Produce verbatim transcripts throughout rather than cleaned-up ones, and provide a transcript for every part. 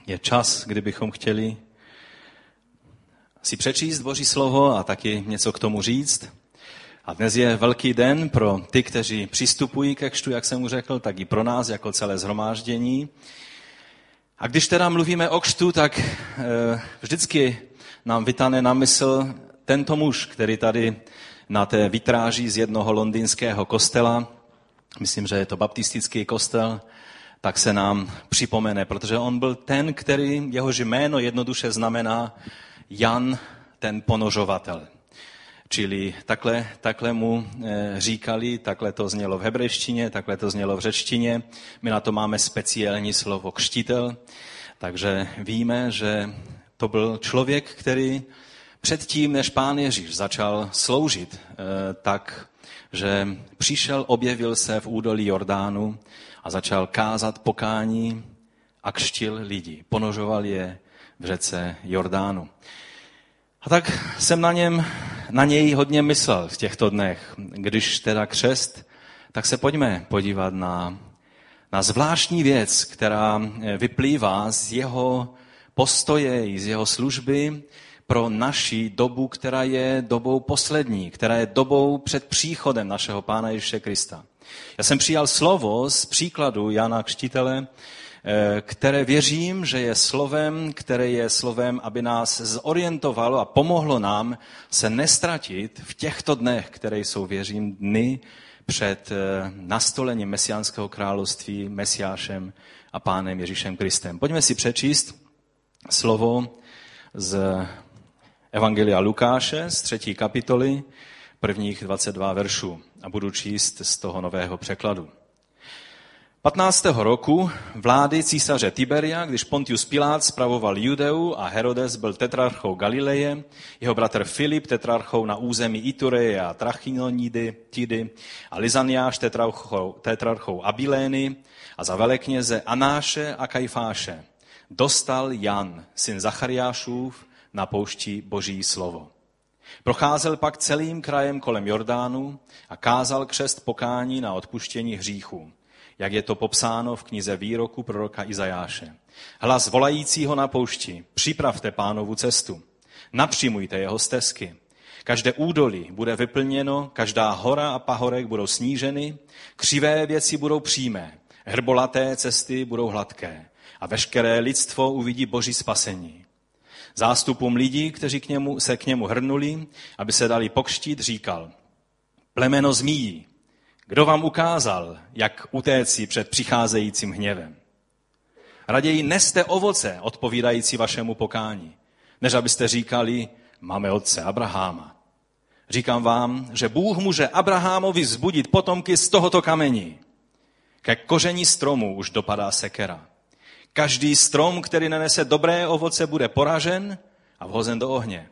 je čas, kdybychom chtěli si přečíst Boží slovo a taky něco k tomu říct. A dnes je velký den pro ty, kteří přistupují ke křtu, jak jsem mu řekl, tak i pro nás jako celé shromáždění. A když teda mluvíme o křtu, tak e, vždycky nám vytane na mysl tento muž, který tady na té vitráži z jednoho londýnského kostela, myslím, že je to baptistický kostel, tak se nám připomene, protože on byl ten, který, jehož jméno jednoduše znamená Jan ten ponořovatel. Čili takhle, takhle mu říkali, takhle to znělo v hebrejštině, takhle to znělo v řečtině. My na to máme speciální slovo křtitel, takže víme, že to byl člověk, který předtím, než Pán Ježíš začal sloužit, tak, že přišel, objevil se v údolí Jordánu a začal kázat pokání a křtil lidi. Ponořoval je v řece Jordánu. A tak jsem na něm, na něj hodně myslel v těchto dnech. Když teda křest, tak se pojďme podívat na, na zvláštní věc, která vyplývá z jeho postoje i z jeho služby pro naši dobu, která je dobou poslední, která je dobou před příchodem našeho Pána Ježíše Krista. Já jsem přijal slovo z příkladu Jana Křtitele, které věřím, že je slovem, které je slovem, aby nás zorientovalo a pomohlo nám se nestratit v těchto dnech, které jsou, věřím, dny před nastolením Mesiánského království, Mesiášem a Pánem Ježíšem Kristem. Pojďme si přečíst slovo z Evangelia Lukáše z třetí kapitoly, prvních dvacet dva veršů a budu číst z toho nového překladu. patnáctého roku vlády císaře Tiberia, když Pontius Pilát spravoval Judeu a Herodes byl tetrarchou Galileje, jeho bratr Filip tetrarchou na území Itureje a Trachinonidy Tidy a Lizaniáš tetrarchou, tetrarchou Abilény a za velekněze Anáše a Kajfáše dostal Jan, syn Zachariášův, na poušti Boží slovo. Procházel pak celým krajem kolem Jordánu a kázal křest pokání na odpuštění hříchů, jak je to popsáno v knize výroku proroka Izajáše. Hlas volajícího na poušti, připravte Pánovu cestu, napřimujte jeho stezky. Každé údolí bude vyplněno, každá hora a pahorek budou sníženy, křivé věci budou přímé, hrbolaté cesty budou hladké a veškeré lidstvo uvidí Boží spasení. Zástupům lidí, kteří k němu, se k němu hrnuli, aby se dali pokřtít, říkal: Plemeno zmíjí, kdo vám ukázal, jak utéci před přicházejícím hněvem? Raději neste ovoce odpovídající vašemu pokání, než abyste říkali, máme otce Abraháma. Říkám vám, že Bůh může Abrahámovi vzbudit potomky z tohoto kamení. Ke koření stromu už dopadá sekera. Každý strom, který nenese dobré ovoce, bude poražen a vhozen do ohně.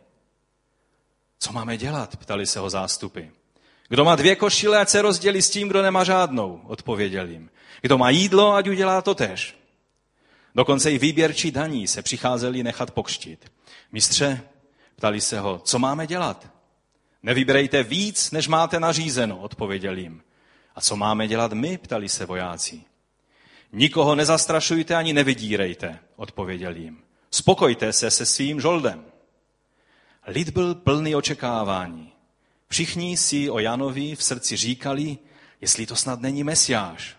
Co máme dělat? Ptali se ho zástupy. Kdo má dvě košile, ať se rozdělí s tím, kdo nemá žádnou, odpověděl jim. Kdo má jídlo, ať udělá to též. Dokonce i výběrčí daní se přicházeli nechat pokřtit. Mistře, ptali se ho, co máme dělat? Nevyberejte víc, než máte nařízeno, odpověděl jim. A co máme dělat my? Ptali se vojáci. Nikoho nezastrašujte ani nevydírejte, odpověděl jim. Spokojte se se svým žoldem. Lid byl plný očekávání. Všichni si o Janovi v srdci říkali, jestli to snad není Mesiáš.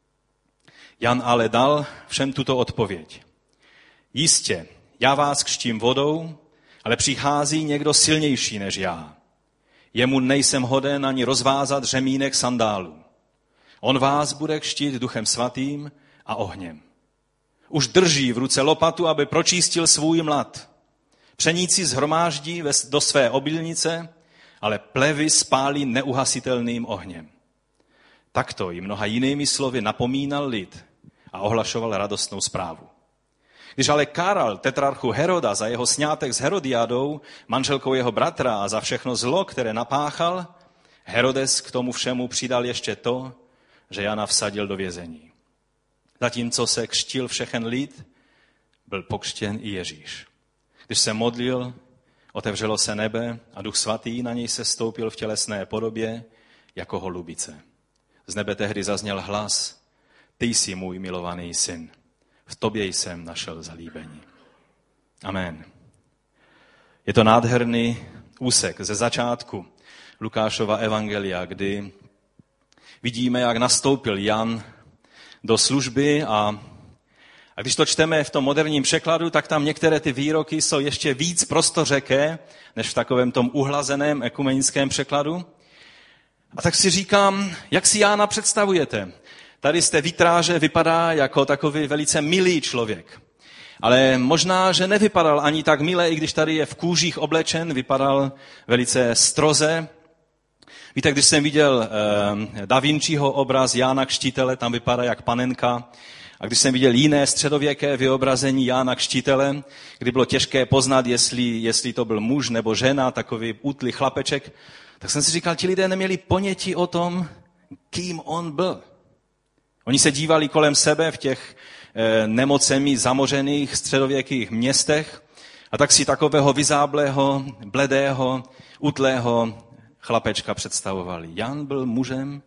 Jan ale dal všem tuto odpověď. Jistě, já vás křtím vodou, ale přichází někdo silnější než já. Jemu nejsem hoden ani rozvázat řemínek sandálů. On vás bude křtít Duchem Svatým a ohněm. Už drží v ruce lopatu, aby pročistil svůj mlad. Pšenici zhromáždí do své obilnice, ale plevy spálí neuhasitelným ohněm. Takto i mnoha jinými slovy napomínal lid a ohlašoval radostnou zprávu. Když ale káral tetrarchu Heroda za jeho sňátek s Herodiadou, manželkou jeho bratra, a za všechno zlo, které napáchal, Herodes k tomu všemu přidal ještě to, že Jana vsadil do vězení. Zatímco se křtil všechen lid, byl pokřtěn i Ježíš. Když se modlil, otevřelo se nebe a Duch Svatý na něj se stoupil v tělesné podobě jako holubice. Z nebe tehdy zazněl hlas: Ty jsi můj milovaný syn. v tobě jsem našel zalíbení. Amen. Je to nádherný úsek ze začátku Lukášova evangelia, kdy vidíme, jak nastoupil Jan do služby a, a když to čteme v tom moderním překladu, tak tam některé ty výroky jsou ještě víc prostořeké, než v takovém tom uhlazeném ekumenickém překladu. A tak si říkám, jak si Jána představujete? Tady z té vitráže vypadá jako takový velice milý člověk. Ale možná, že nevypadal ani tak milé, i když tady je v kůžích oblečen, vypadal velice stroze. Víte, když jsem viděl eh, Da Vinciho obraz Jána Křtitele, tam vypadá jak panenka. A když jsem viděl jiné středověké vyobrazení Jána Křtitele, kdy bylo těžké poznat, jestli, jestli to byl muž nebo žena, takový útlý chlapeček, tak jsem si říkal, ti lidé neměli ponětí o tom, kým on byl. Oni se dívali kolem sebe v těch eh, nemocemi zamořených středověkých městech a tak si takového vyzáblého, bledého, útlého chlapečka představovali. Jan byl mužem,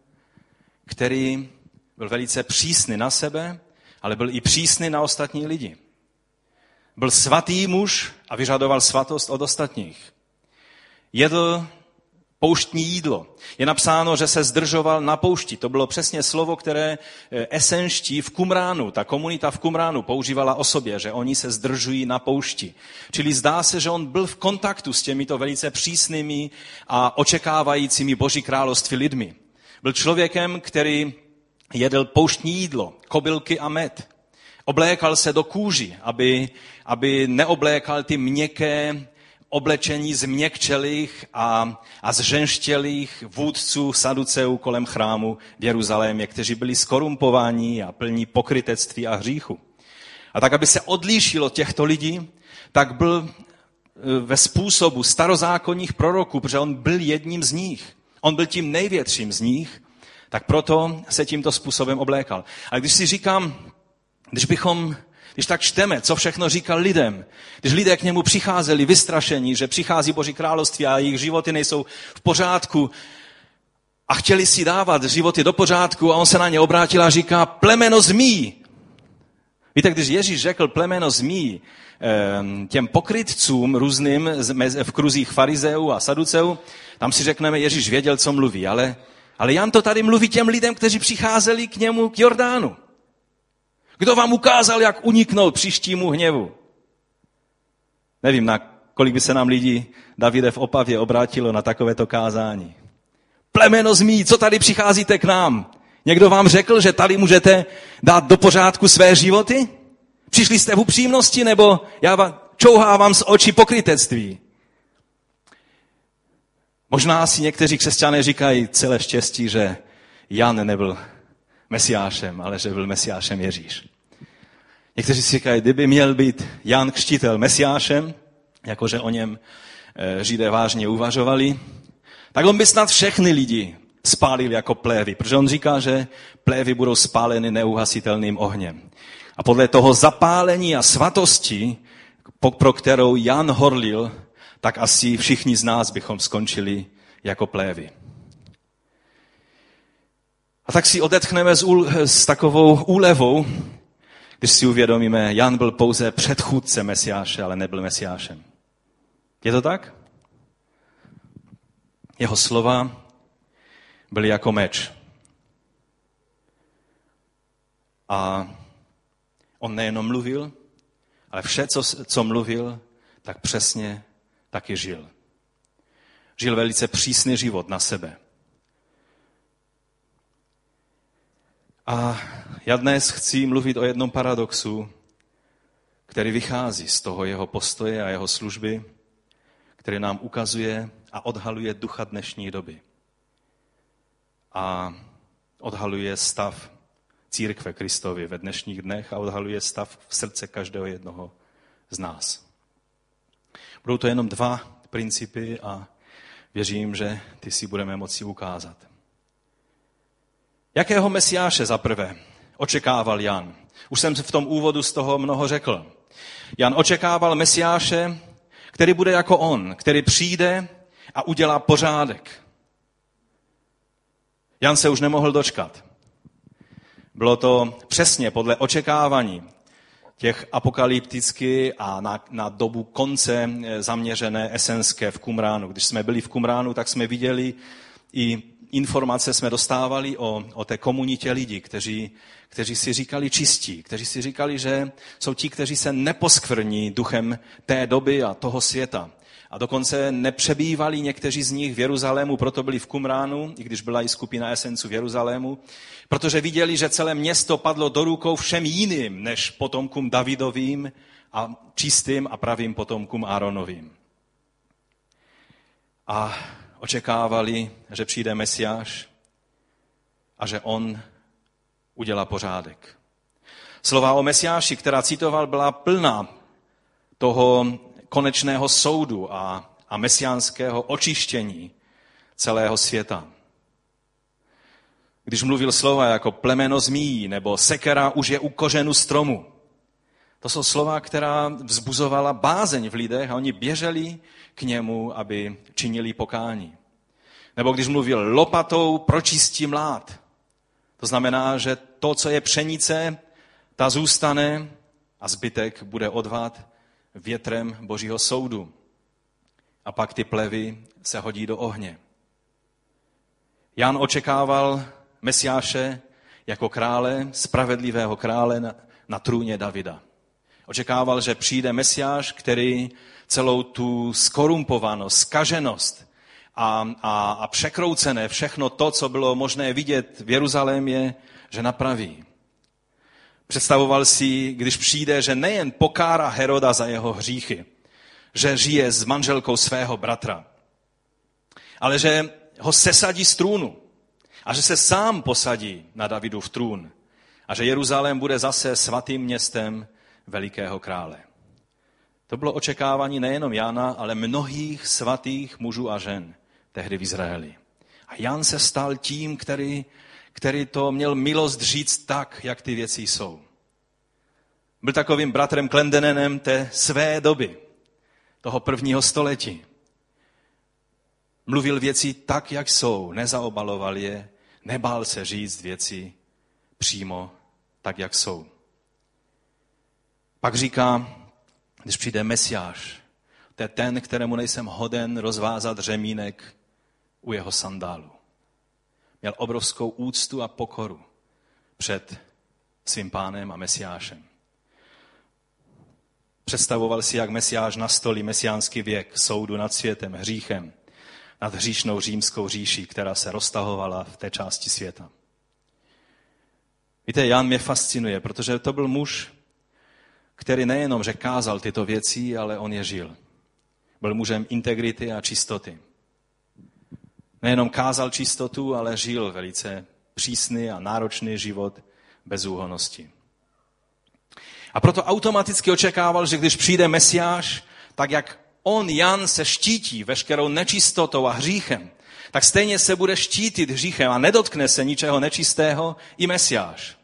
který byl velice přísný na sebe, ale byl i přísný na ostatní lidi. Byl svatý muž a vyžadoval svatost od ostatních. Jedl pouštní jídlo. Je napsáno, že se zdržoval na poušti. To bylo přesně slovo, které esenští v Kumránu, ta komunita v Kumránu používala o sobě, že oni se zdržují na poušti. Čili zdá se, že on byl v kontaktu s těmito velice přísnými a očekávajícími Boží království lidmi. Byl člověkem, který jedl pouštní jídlo, kobylky a med. Oblékal se do kůži, aby, aby neoblékal ty měkké oblečení změkčelých a, a zženštělých vůdců saduceů kolem chrámu v Jeruzalémě, kteří byli skorumpováni a plní pokrytectví a hříchu. A tak, aby se odlíšilo těchto lidí, tak byl ve způsobu starozákonních proroků, protože on byl jedním z nich. On byl tím největším z nich, tak proto se tímto způsobem oblékal. A když si říkám, když bychom Když tak čteme, co všechno říkal lidem, když lidé k němu přicházeli vystrašení, že přichází Boží království a jejich životy nejsou v pořádku a chtěli si dávat životy do pořádku a on se na ně obrátil a říká plemeno zmí. Víte, když Ježíš řekl plemeno zmí těm pokrytcům různým v kruzích farizeů a saduceů, tam si řekneme, Ježíš věděl, co mluví, ale, ale Jan to tady mluví těm lidem, kteří přicházeli k němu k Jordánu. Kdo vám ukázal, jak uniknout příštímu hněvu? Nevím, na kolik by se nám lidí Davide v Opavě obrátilo na takovéto kázání. Plemeno zmí, co tady přicházíte k nám? Někdo vám řekl, že tady můžete dát do pořádku své životy? Přišli jste v upřímnosti, nebo já vám čouhávám z očí pokrytectví? Možná si někteří křesťané říkají celé štěstí, že Jan nebyl Mesiášem, ale že byl Mesiášem Ježíš. Někteří si říkají, kdyby měl být Jan Křtitel Mesiášem, jakože o něm Židé vážně uvažovali, tak on by snad všechny lidi spálil jako plévy, protože on říká, že plévy budou spáleny neuhasitelným ohněm. A podle toho zapálení a svatosti, pro kterou Jan horlil, tak asi všichni z nás bychom skončili jako plévy. A tak si odetchneme s, úl, s takovou úlevou, když si uvědomíme, Jan byl pouze předchůdce Mesiáše, ale nebyl Mesiášem. Je to tak? Jeho slova byly jako meč. A on nejenom mluvil, ale vše, co, co mluvil, tak přesně taky žil. Žil velice přísný život na sebe. A já dnes chci mluvit o jednom paradoxu, který vychází z toho jeho postoje a jeho služby, který nám ukazuje a odhaluje ducha dnešní doby. A odhaluje stav církve Kristovy ve dnešních dnech a odhaluje stav v srdce každého jednoho z nás. Budou to jenom dva principy a věřím, že ty si budeme moci ukázat. Jakého Mesiáše zaprvé očekával Jan? Už jsem v tom úvodu z toho mnoho řekl. Jan očekával Mesiáše, který bude jako on, který přijde a udělá pořádek. Jan se už nemohl dočkat. Bylo to přesně podle očekávání těch apokalypticky a na, na dobu konce zaměřené esenské v Qumránu. Když jsme byli v Qumránu, tak jsme viděli i informace jsme dostávali o, o té komunitě lidí, kteří, kteří si říkali čistí, kteří si říkali, že jsou ti, kteří se neposkvrní duchem té doby a toho světa. A dokonce nepřebývali někteří z nich v Jeruzalému, proto byli v Qumránu, i když byla i skupina esenců v Jeruzalému, protože viděli, že celé město padlo do rukou všem jiným, než potomkům Davidovým a čistým a pravým potomkům Áronovým. A očekávali, že přijde Mesiáš a že on udělá pořádek. Slova o Mesiáši, která citoval, byla plná toho konečného soudu a, a mesiánského očištění celého světa. Když mluvil slova jako plemeno zmíjí nebo sekera už je u kořenu stromu, to jsou slova, která vzbuzovala bázeň v lidech a oni běželi k němu, aby činili pokání. Nebo když mluvil lopatou pročistí mlád. To znamená, že to, co je pšenice, ta zůstane a zbytek bude odvat větrem Božího soudu. A pak ty plevy se hodí do ohně. Jan očekával Mesiáše jako krále, spravedlivého krále na, na trůně Davida. Očekával, že přijde Mesiáš, který celou tu skorumpovanost, zkaženost a, a, a překroucené všechno to, co bylo možné vidět v Jeruzalémě, že napraví. Představoval si, když přijde, že nejen pokárá Heroda za jeho hříchy, že žije s manželkou svého bratra, ale že ho sesadí z trůnu a že se sám posadí na Davidův trůn a že Jeruzalém bude zase svatým městem velikého krále. To bylo očekávání nejenom Jana, ale mnohých svatých mužů a žen tehdy v Izraeli. A Jan se stal tím, který, který to měl milost říct tak, jak ty věci jsou. Byl takovým bratrem Klendenenem té své doby, toho prvního století. Mluvil věci tak, jak jsou, nezaobaloval je, nebál se říct věci přímo tak, jak jsou. Pak říká, když přijde Mesiáš, to je ten, kterému nejsem hoden rozvázat řemínek u jeho sandálu. Měl obrovskou úctu a pokoru před svým pánem a Mesiášem. Představoval si, jak Mesiáš nastolí mesiánský věk soudu nad světem, hříchem, nad hříšnou římskou říší, která se roztahovala v té části světa. Víte, Jan mě fascinuje, protože to byl muž, který nejenom, že kázal tyto věci, ale on je žil. Byl mužem integrity a čistoty. Nejenom kázal čistotu, ale žil velice přísný a náročný život bezúhonnosti. A proto automaticky očekával, že když přijde Mesiáš, tak jak on, Jan, se štítí veškerou nečistotou a hříchem, tak stejně se bude štítit hříchem a nedotkne se ničeho nečistého i Mesiáš.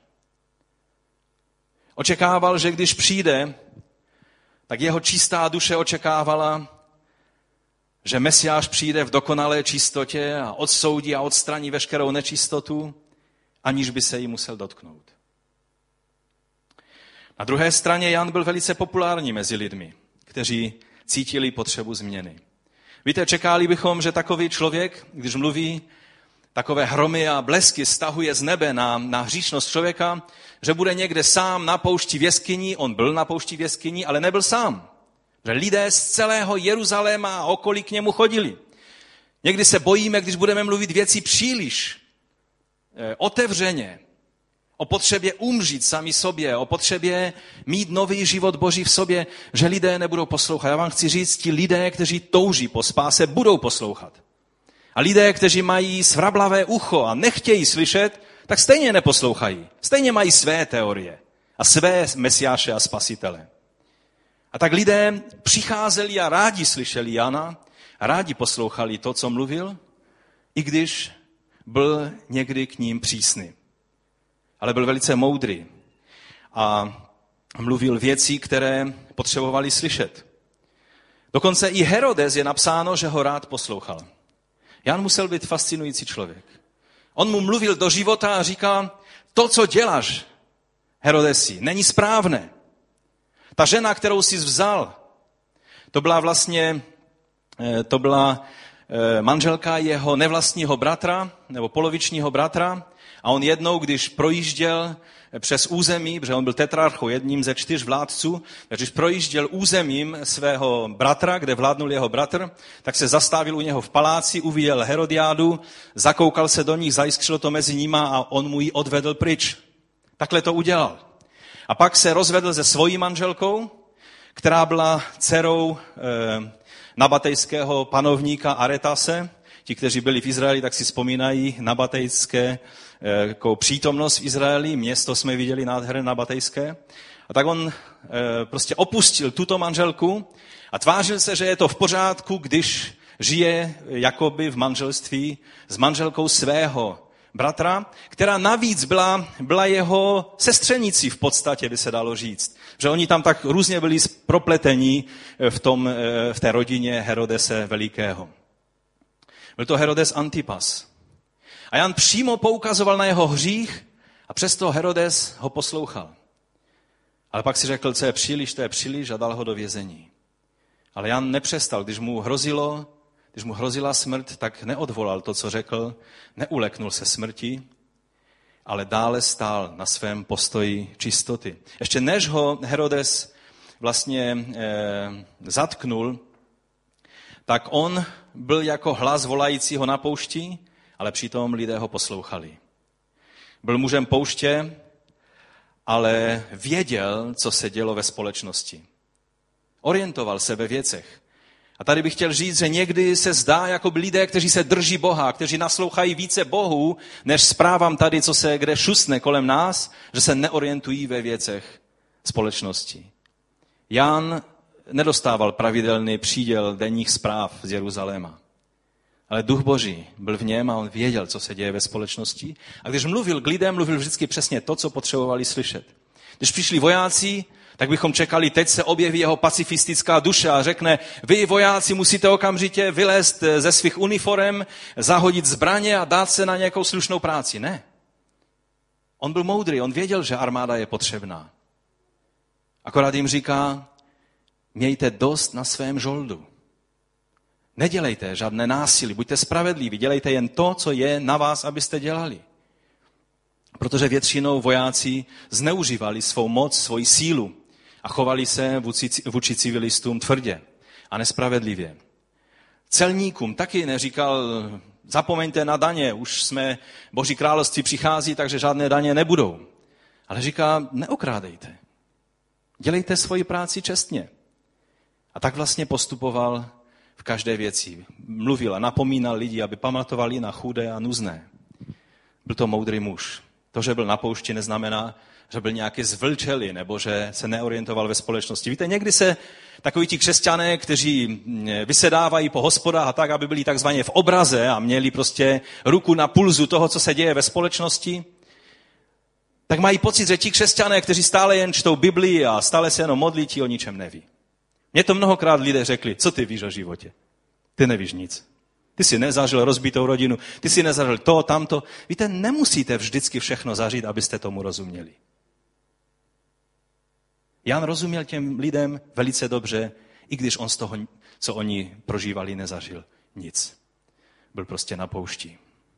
Očekával, že když přijde, tak jeho čistá duše očekávala, že Mesiáš přijde v dokonalé čistotě a odsoudí a odstraní veškerou nečistotu, aniž by se jí musel dotknout. Na druhé straně Jan byl velice populární mezi lidmi, kteří cítili potřebu změny. Víte, čekali bychom, že takový člověk, když mluví, takové hromy a blesky stahuje z nebe na, na hříšnost člověka, že bude někde sám na poušti v jeskyni, on byl na poušti v jeskyni, ale nebyl sám. Že lidé z celého Jeruzaléma a okolí k němu chodili. Někdy se bojíme, když budeme mluvit věci příliš eh, otevřeně, o potřebě umřít sami sobě, o potřebě mít nový život Boží v sobě, že lidé nebudou poslouchat. Já vám chci říct, ti lidé, kteří touží po spáse, budou poslouchat. A lidé, kteří mají svrablavé ucho a nechtějí slyšet, tak stejně neposlouchají. Stejně mají své teorie a své mesiáše a spasitele. A tak lidé přicházeli a rádi slyšeli Jana a rádi poslouchali to, co mluvil, i když byl někdy k ním přísný. Ale byl velice moudrý a mluvil věci, které potřebovali slyšet. Dokonce i Herodes je napsáno, že ho rád poslouchal. Jan musel být fascinující člověk. On mu mluvil do života a říká, to, co děláš, Herodesi, není správné. Ta žena, kterou jsi vzal, to byla vlastně, to byla manželka jeho nevlastního bratra, nebo polovičního bratra, a on jednou, když projížděl přes území, protože on byl tetrarchou, jedním ze čtyř vládců, takže když projížděl územím svého bratra, kde vládnul jeho bratr, tak se zastavil u něho v paláci, uviděl Herodiádu, zakoukal se do nich, zajiskřilo to mezi nima a on mu ji odvedl pryč. Takhle to udělal. A pak se rozvedl se svojí manželkou, která byla dcerou e, nabatejského panovníka Aretase. Ti, kteří byli v Izraeli, tak si vzpomínají nabatejské jako přítomnost v Izraeli, město jsme viděli nádherné nabatejské. A tak on e, prostě opustil tuto manželku a tvářil se, že je to v pořádku, když žije jakoby v manželství s manželkou svého bratra, která navíc byla, byla jeho sestřenicí v podstatě, by se dalo říct. Že oni tam tak různě byli propletení v, tom, v té rodině Herodese Velikého. Byl to Herodes Antipas. A Jan přímo poukazoval na jeho hřích a přesto Herodes ho poslouchal. Ale pak si řekl, co je příliš, to je příliš a dal ho do vězení. Ale Jan nepřestal, když mu hrozilo, když mu hrozila smrt, tak neodvolal to, co řekl, neuleknul se smrti, ale dále stál na svém postoji čistoty. Ještě než ho Herodes vlastně eh, zatknul, tak on byl jako hlas volajícího na poušti, ale přitom lidé ho poslouchali. Byl mužem pouště, ale věděl, co se dělo ve společnosti. Orientoval se ve věcech. A tady bych chtěl říct, že někdy se zdá, jako by lidé, kteří se drží Boha, kteří naslouchají více Bohu, než zprávám tady, co se kde šusne kolem nás, že se neorientují ve věcech společnosti. Jan nedostával pravidelný příděl denních zpráv z Jeruzaléma. Ale Duch Boží byl v něm a on věděl, co se děje ve společnosti. A když mluvil k lidem, mluvil vždycky přesně to, co potřebovali slyšet. Když přišli vojáci, tak bychom čekali, teď se objeví jeho pacifistická duše a řekne, vy vojáci musíte okamžitě vylézt ze svých uniforem, zahodit zbraně a dát se na nějakou slušnou práci. Ne. On byl moudrý, on věděl, že armáda je potřebná. Akorát jim říká, mějte dost na svém žoldu. Nedělejte žádné násilí, buďte spravedliví, dělejte jen to, co je na vás, abyste dělali. Protože většinou vojáci zneužívali svou moc, svoji sílu a chovali se vůči civilistům tvrdě a nespravedlivě. Celníkům taky neříkal, zapomeňte na daně, už jsme, Boží království přichází, takže žádné daně nebudou. Ale říká, neokrádejte. Dělejte svoji práci čestně. A tak vlastně postupoval v každé věci. Mluvil a napomínal lidi, aby pamatovali na chudé a nuzné. Byl to moudrý muž. To, že byl na poušti, neznamená, že byl nějaký zvlčelý nebo že se neorientoval ve společnosti. Víte, někdy se takoví ti křesťané, kteří vysedávají po hospodách a tak, aby byli takzvaně v obraze a měli prostě ruku na pulzu toho, co se děje ve společnosti, tak mají pocit, že ti křesťané, kteří stále jen čtou Biblii a stále se jenom modlí, ti o ničem neví. Mně to mnohokrát lidé řekli, co ty víš o životě? Ty nevíš nic. Ty jsi nezažil rozbitou rodinu, ty jsi nezažil to, tamto. Víte, nemusíte vždycky všechno zažít, abyste tomu rozuměli. Jan rozuměl těm lidem velice dobře, i když on z toho, co oni prožívali, nezažil nic. Byl prostě na poušti.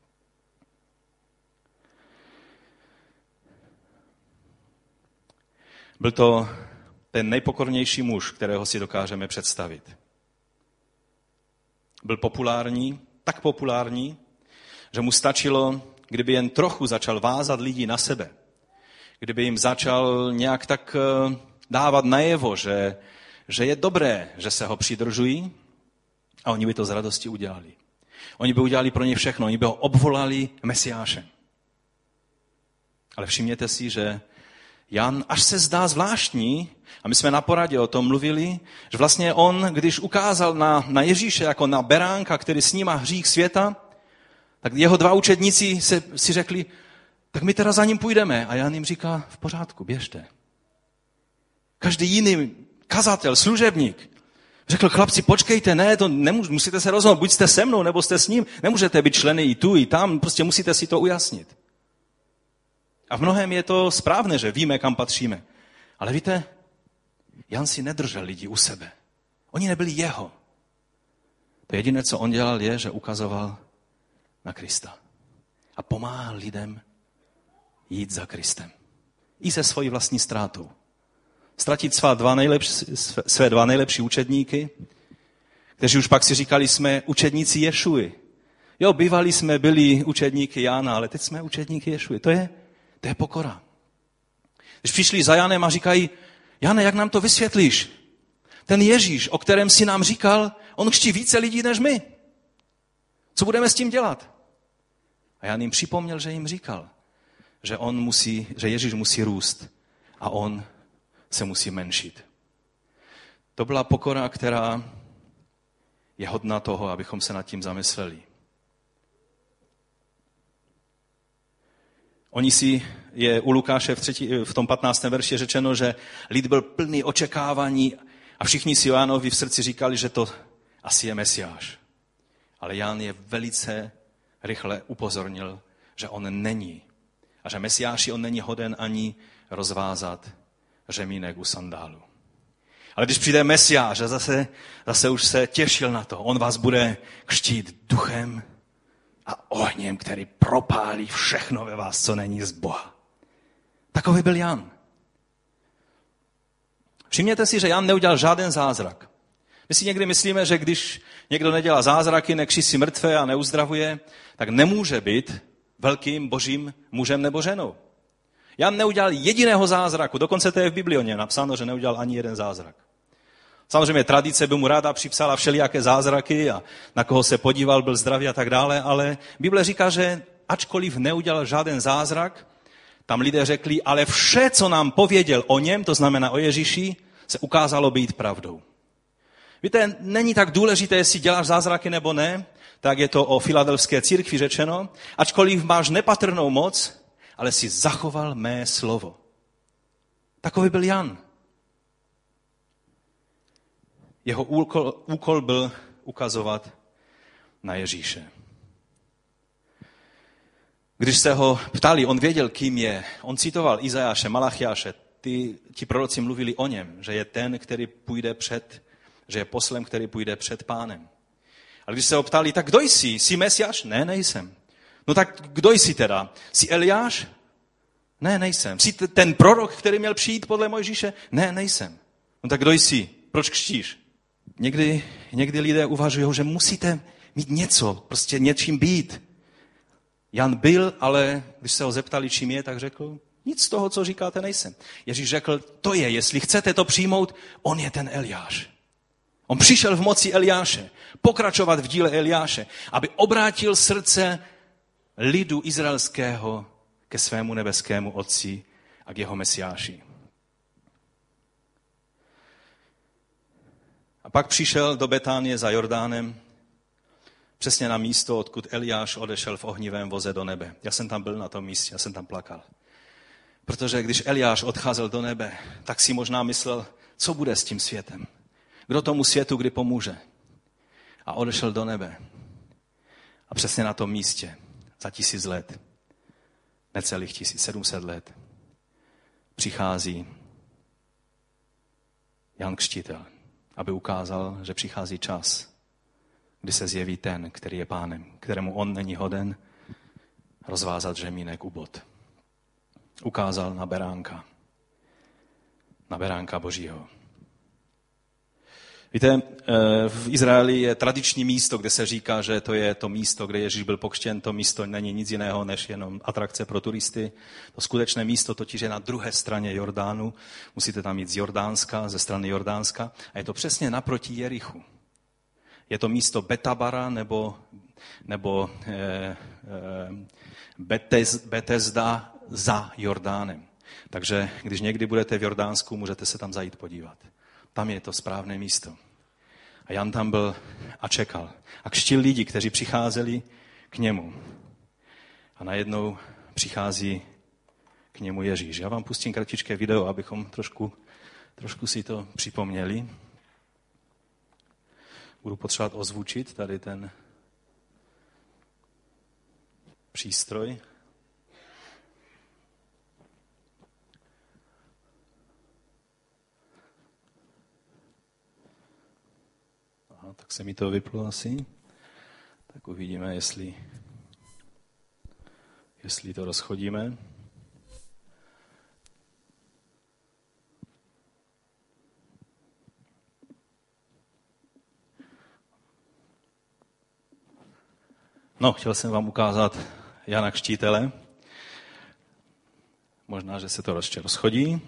Byl to ten nejpokornější muž, kterého si dokážeme představit. Byl populární, tak populární, že mu stačilo, kdyby jen trochu začal vázat lidi na sebe. Kdyby jim začal nějak tak dávat najevo, že, že je dobré, že se ho přidržují, a oni by to z radosti udělali. Oni by udělali pro ně všechno, oni by ho obvolali Mesiášem. Ale všimněte si, že Jan až se zdá zvláštní, a my jsme na poradě o tom mluvili, že vlastně on, když ukázal na, na Ježíše jako na beránka, který snímá hřích světa, tak jeho dva učedníci se, si řekli, tak my teda za ním půjdeme. A Jan jim říká, v pořádku, běžte. Každý jiný kazatel, služebník řekl, chlapci, počkejte, ne, to nemůž, musíte se rozhodnout, buď jste se mnou, nebo jste s ním. Nemůžete být členy i tu, i tam, prostě musíte si to ujasnit. A v mnohém je to správné, že víme, kam patříme. Ale víte, Jan si nedržel lidi u sebe. Oni nebyli jeho. To jediné, co on dělal, je, že ukazoval na Krista. A pomáhal lidem jít za Kristem. I se svojí vlastní ztrátou. Ztratit svá dva nejlepší, své dva nejlepší učedníky, kteří už pak si říkali, jsme učedníci Ješuji. Jo, bývali jsme byli učedníky Jána, ale teď jsme učedníky Ješuji. To je, to je pokora. Když přišli za Janem a říkají, Jane, jak nám to vysvětlíš? Ten Ježíš, o kterém si nám říkal, on křtí více lidí než my. Co budeme s tím dělat? A Jan jim připomněl, že jim říkal, že, on musí, že Ježíš musí růst a on se musí menšit. To byla pokora, která je hodná toho, abychom se nad tím zamysleli. Oni si, je u Lukáše v, třetí, v tom patnáctém verši řečeno, že lid byl plný očekávání a všichni si Jánovi v srdci říkali, že to asi je Mesiáš. Ale Jan je velice rychle upozornil, že on není. A že Mesiáši on není hoden ani rozvázat řemínek u sandálu. Ale když přijde Mesiáš a zase, zase už se těšil na to, on vás bude křtít duchem a ohněm, který propálí všechno ve vás, co není z Boha. Takový byl Jan. Všimněte si, že Jan neudělal žádný zázrak. My si někdy myslíme, že když někdo nedělá zázraky, nekřisí mrtvé a neuzdravuje, tak nemůže být velkým božím mužem nebo ženou. Jan neudělal jediného zázraku, dokonce to je v Biblii o něm napsáno, že neudělal ani jeden zázrak. Samozřejmě tradice by mu ráda připsala všelijaké zázraky a na koho se podíval, byl zdravý a tak dále, ale Bible říká, že ačkoliv neudělal žádný zázrak, tam lidé řekli, ale vše, co nám pověděl o něm, to znamená o Ježíši, se ukázalo být pravdou. Víte, není tak důležité, jestli děláš zázraky nebo ne, tak je to o filadelfské církvi řečeno, ačkoliv máš nepatrnou moc, ale si zachoval mé slovo. Takový byl Jan. Jeho úkol, úkol byl ukazovat na Ježíše. Když se ho ptali, on věděl, kým je. On citoval Izajáše, Malachiáše. Ty, ti proroci mluvili o něm, že je ten, který půjde před, že je poslem, který půjde před Pánem. Ale když se ho ptali, tak kdo jsi? Jsi Mesiáš? Ne, nejsem. No tak kdo jsi teda? Jsi Eliáš? Ne, nejsem. Jsi ten prorok, který měl přijít podle Mojžíše? Ne, nejsem. No tak kdo jsi? Proč křtíš? Někdy, někdy lidé uvažují, že musíte mít něco, prostě něčím být. Jan byl, ale když se ho zeptali, čím je, tak řekl, nic z toho, co říkáte, nejsem. Ježíš řekl, to je, jestli chcete to přijmout, on je ten Eliáš. On přišel v moci Eliáše, pokračovat v díle Eliáše, aby obrátil srdce lidu izraelského ke svému nebeskému Otci a k jeho Mesiáši. A pak přišel do Betánie za Jordánem, přesně na místo, odkud Eliáš odešel v ohnivém voze do nebe. Já jsem tam byl na tom místě, já jsem tam plakal. Protože když Eliáš odcházel do nebe, tak si možná myslel, co bude s tím světem. Kdo tomu světu kdy pomůže? A odešel do nebe. A přesně na tom místě, za tisíc let, necelých tisíc, sedm set let, přichází Jan Křtitel, aby ukázal, že přichází čas, kdy se zjeví ten, který je pánem, kterému on není hoden rozvázat řemínek u bot. Ukázal na beránka, na beránka Božího. Víte, v Izraeli je tradiční místo, kde se říká, že to je to místo, kde Ježíš byl pokřtěn. To místo není nic jiného, než jenom atrakce pro turisty. To skutečné místo totiž je na druhé straně Jordánu. Musíte tam jít z Jordánska, ze strany Jordánska. A je to přesně naproti Jerichu. Je to místo Betabara nebo, nebo eh, eh, Betez, Betesda za Jordánem. Takže když někdy budete v Jordánsku, můžete se tam zajít podívat. Tam je to správné místo. A Jan tam byl a čekal. A křtil lidi, kteří přicházeli k němu. A najednou přichází k němu Ježíš. Já vám pustím kratičké video, abychom trošku, trošku si to připomněli. Budu potřebovat ozvučit tady ten přístroj. A tak se mi to vyplo asi. Tak uvidíme, jestli, jestli to rozchodíme. No, chtěl jsem vám ukázat Jana Křtítele. Možná, že se to ještě rozchodí.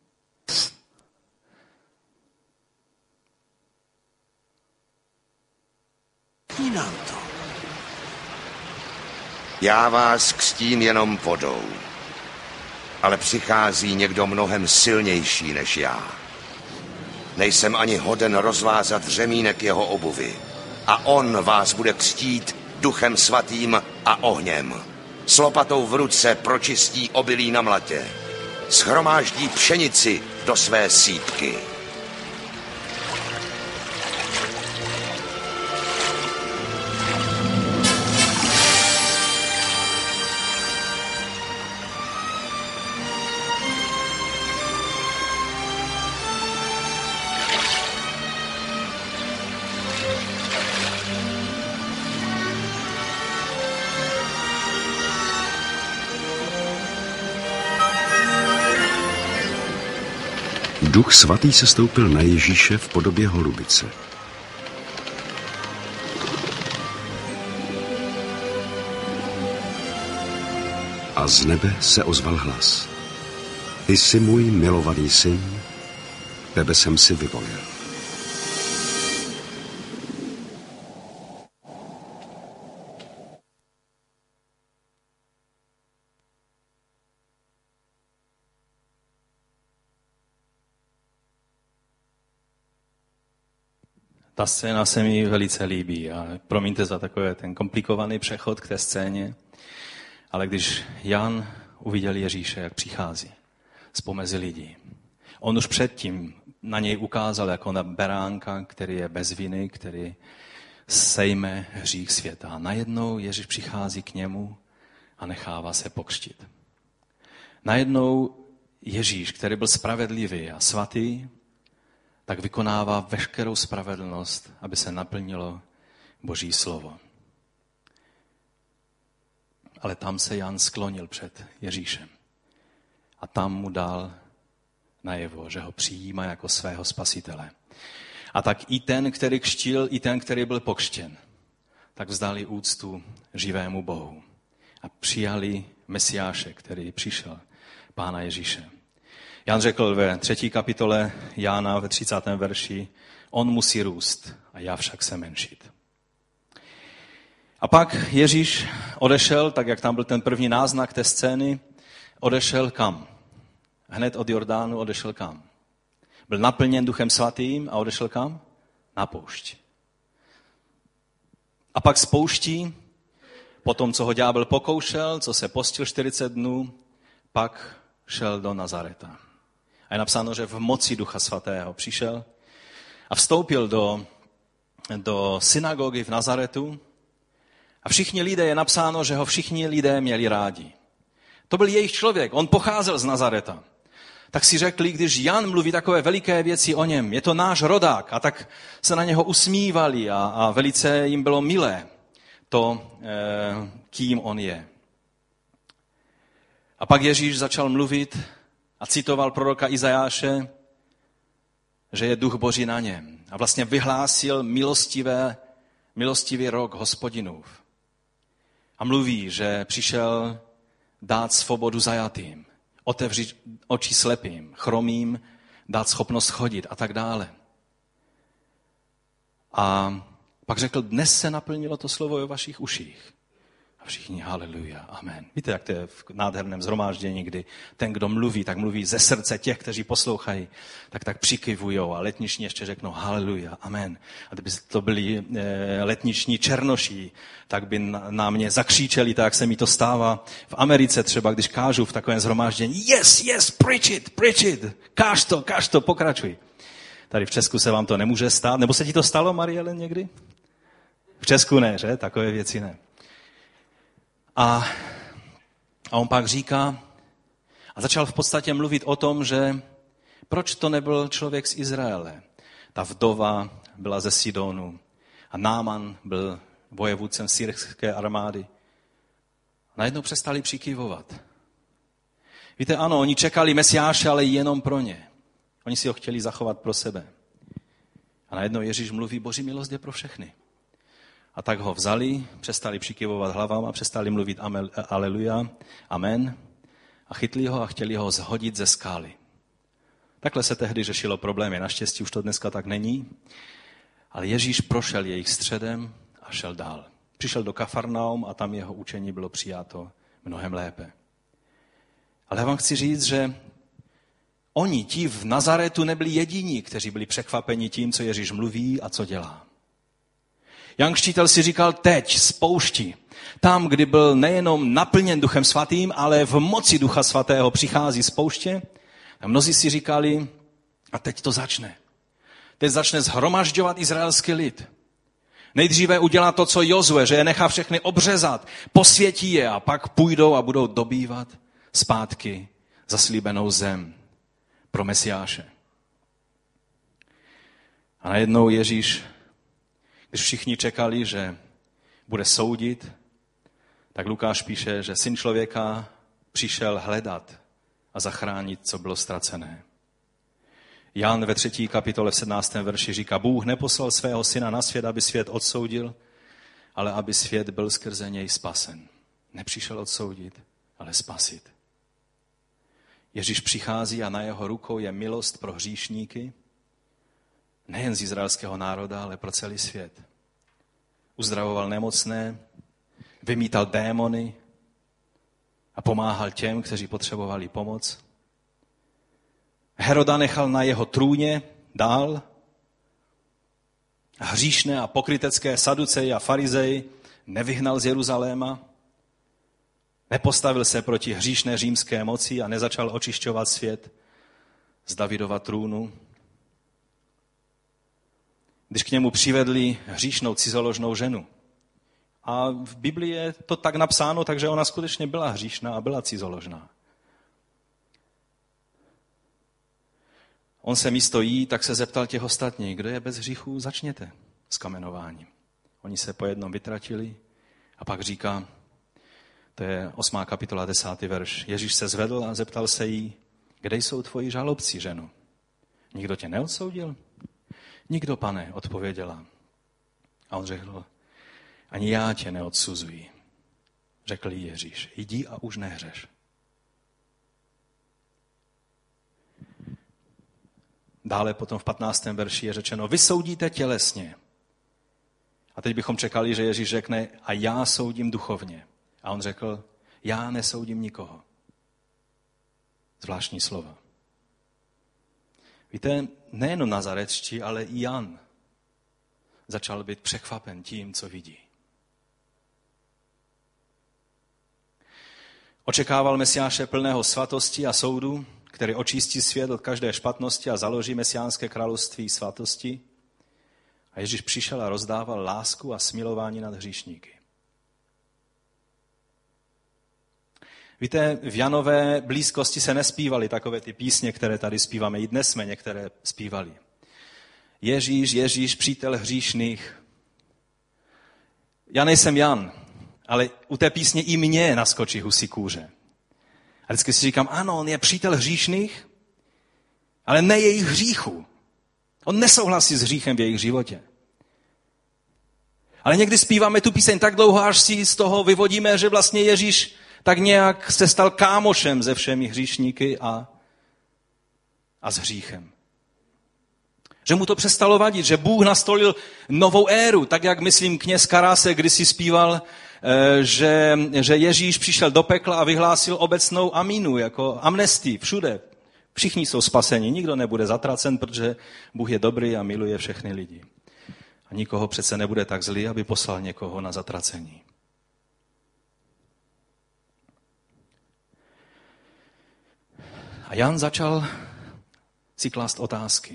Nám to. Já vás křtím jenom vodou, ale přichází někdo mnohem silnější než já. Nejsem ani hoden rozvázat řemínek jeho obuvy. A on vás bude křtít Duchem Svatým a ohněm. S lopatou v ruce pročistí obilí na mlatě. Shromáždí pšenici do své sýpky. Duch Svatý se stoupil na Ježíše v podobě holubice. A z nebe se ozval hlas. Ty jsi můj milovaný syn, tebe jsem si vyvolil. Ta scéna se mi velice líbí a promiňte za takový ten komplikovaný přechod k té scéně, ale když Jan uviděl Ježíše, jak přichází z pomezi lidí, on už předtím na něj ukázal jako na beránka, který je bez viny, který sejme hřích světa. A najednou Ježíš přichází k němu a nechává se pokřtit. Najednou Ježíš, který byl spravedlivý a svatý, tak vykonává veškerou spravedlnost, aby se naplnilo Boží slovo. Ale tam se Jan sklonil před Ježíšem a tam mu dal najevo, že ho přijímá jako svého spasitele. A tak i ten, který křtil, i ten, který byl pokřtěn, tak vzdali úctu živému Bohu a přijali Mesiáše, který přišel, Pána Ježíše. Jan řekl ve třetí kapitole Jána ve třicátém verši, on musí růst a já však se menšit. A pak Ježíš odešel, tak jak tam byl ten první náznak té scény, odešel kam? Hned od Jordánu odešel kam? Byl naplněn Duchem Svatým a odešel kam? Na poušť. A pak z pouští, po tom, co ho ďábel pokoušel, co se postil čtyřicet dnů, pak šel do Nazareta. A je napsáno, že v moci Ducha Svatého přišel a vstoupil do, do synagogy v Nazaretu a všichni lidé, je napsáno, že ho všichni lidé měli rádi. To byl jejich člověk, on pocházel z Nazareta. Tak si řekli, když Jan mluví takové veliké věci o něm, je to náš rodák, a tak se na něho usmívali a, a velice jim bylo milé to, e, kým on je. A pak Ježíš začal mluvit a citoval proroka Izajáše, že je duch Boží na něm. A vlastně vyhlásil milostivé, milostivý rok Hospodinův. A mluví, že přišel dát svobodu zajatým, otevřít oči slepým, chromým, dát schopnost chodit a tak dále. A pak řekl, dnes se naplnilo to slovo ve vašich uších. A všichni haleluja, amen. Víte, jak to je v nádherném shromáždění, kdy ten, kdo mluví, tak mluví ze srdce těch, kteří poslouchají, tak tak přikyvujou a letniční ještě řeknou haleluja, amen. A kdyby to byli e, letniční černoší, tak by na, na mě zakřičeli, tak jak se mi to stává v Americe třeba, když kážu v takovém shromáždění, yes, yes, preach it, preach it, káž to, káž to, pokračuj. Tady v Česku se vám to nemůže stát, nebo se ti to stalo, Marielle, někdy? V Česku ne, že? Takové věci ne. A, a on pak říká, a začal v podstatě mluvit o tom, že proč to nebyl člověk z Izraele. Ta vdova byla ze Sidonu a Náman byl vojevůdcem syrské armády. Najednou přestali přikyvovat. Víte, ano, oni čekali Mesiáše, ale jenom pro ně. Oni si ho chtěli zachovat pro sebe. A najednou Ježíš mluví, Boží milost je pro všechny. A tak ho vzali, přestali přikyvovat hlavama, přestali mluvit aleluja, amen a chytli ho a chtěli ho zhodit ze skály. Takhle se tehdy řešilo problémy. Naštěstí už to dneska tak není. Ale Ježíš prošel jejich středem a šel dál. Přišel do Kafarnaum a tam jeho učení bylo přijato mnohem lépe. Ale já vám chci říct, že oni, ti v Nazaretu, nebyli jediní, kteří byli překvapeni tím, co Ježíš mluví a co dělá. Jan Křtitel si říkal teď, z poušti, tam, kdy byl nejenom naplněn Duchem Svatým, ale v moci Ducha Svatého přichází z pouště. A mnozí si říkali, a teď to začne. Teď začne shromažďovat izraelský lid. Nejdříve udělá to, co Jozue, že je nechá všechny obřezat, posvětí je a pak půjdou a budou dobývat zpátky zaslíbenou zem pro Mesiáše. A najednou Ježíš, když všichni čekali, že bude soudit, tak Lukáš píše, že Syn člověka přišel hledat a zachránit, co bylo ztracené. Jan ve třetí kapitole v sedmnáctém verši říká, Bůh neposlal svého syna na svět, aby svět odsoudil, ale aby svět byl skrze něj spasen. Nepřišel odsoudit, ale spasit. Ježíš přichází a na jeho rukou je milost pro hříšníky, nejen z izraelského národa, ale pro celý svět. Uzdravoval nemocné, vymítal démony a pomáhal těm, kteří potřebovali pomoc. Heroda nechal na jeho trůně dál. Hříšné a pokrytecké saduceji a farizeji nevyhnal z Jeruzaléma. Nepostavil se proti hříšné římské moci a nezačal očišťovat svět z Davidova trůnu. Když k němu přivedli hříšnou cizoložnou ženu. A v Biblii je to tak napsáno, takže ona skutečně byla hříšná a byla cizoložná. On se místo jí, tak se zeptal těch ostatních, kdo je bez hříchů, začněte s kamenováním. Oni se po jednom vytratili a pak říká, to je osmá kapitola, desátý verš. Ježíš se zvedl a zeptal se jí, kde jsou tvoji žalobci, ženo? Nikdo tě neodsoudil? Nikdo, pane, odpověděla. A on řekl, ani já tě neodsuzuji. Řekl jí Ježíš, jdi a už nehřeš. Dále potom v patnáctém verši je řečeno, vy soudíte tělesně. A teď bychom čekali, že Ježíš řekne, a já soudím duchovně. A on řekl, já nesoudím nikoho. Zvláštní slova. Víte, nejen Nazaretští, ale i Jan začal být překvapen tím, co vidí. Očekával Mesiáše plného svatosti a soudu, který očistí svět od každé špatnosti a založí mesiánské království svatosti. A Ježíš přišel a rozdával lásku a smilování nad hříšníky. Víte, v Janové blízkosti se nespívaly takové ty písně, které tady zpíváme. I dnes jsme některé zpívali. Ježíš, Ježíš, přítel hříšných. Já nejsem Jan, ale u té písně i mně naskočí husí kůže. A vždycky si říkám, ano, on je přítel hříšných, ale ne jejich hříchů. On nesouhlasí s hříchem v jejich životě. Ale někdy zpíváme tu píseň tak dlouho, až si z toho vyvodíme, že vlastně Ježíš tak nějak se stal kámošem se všemi hříšníky a, a s hříchem. Že mu to přestalo vadit, že Bůh nastolil novou éru, tak jak, myslím, kněz Karase kdysi zpíval, že, že Ježíš přišel do pekla a vyhlásil obecnou amínu, jako amnestii všude. Všichni jsou spaseni, nikdo nebude zatracen, protože Bůh je dobrý a miluje všechny lidi. A nikoho přece nebude tak zlý, aby poslal někoho na zatracení. A Jan začal si klást otázky.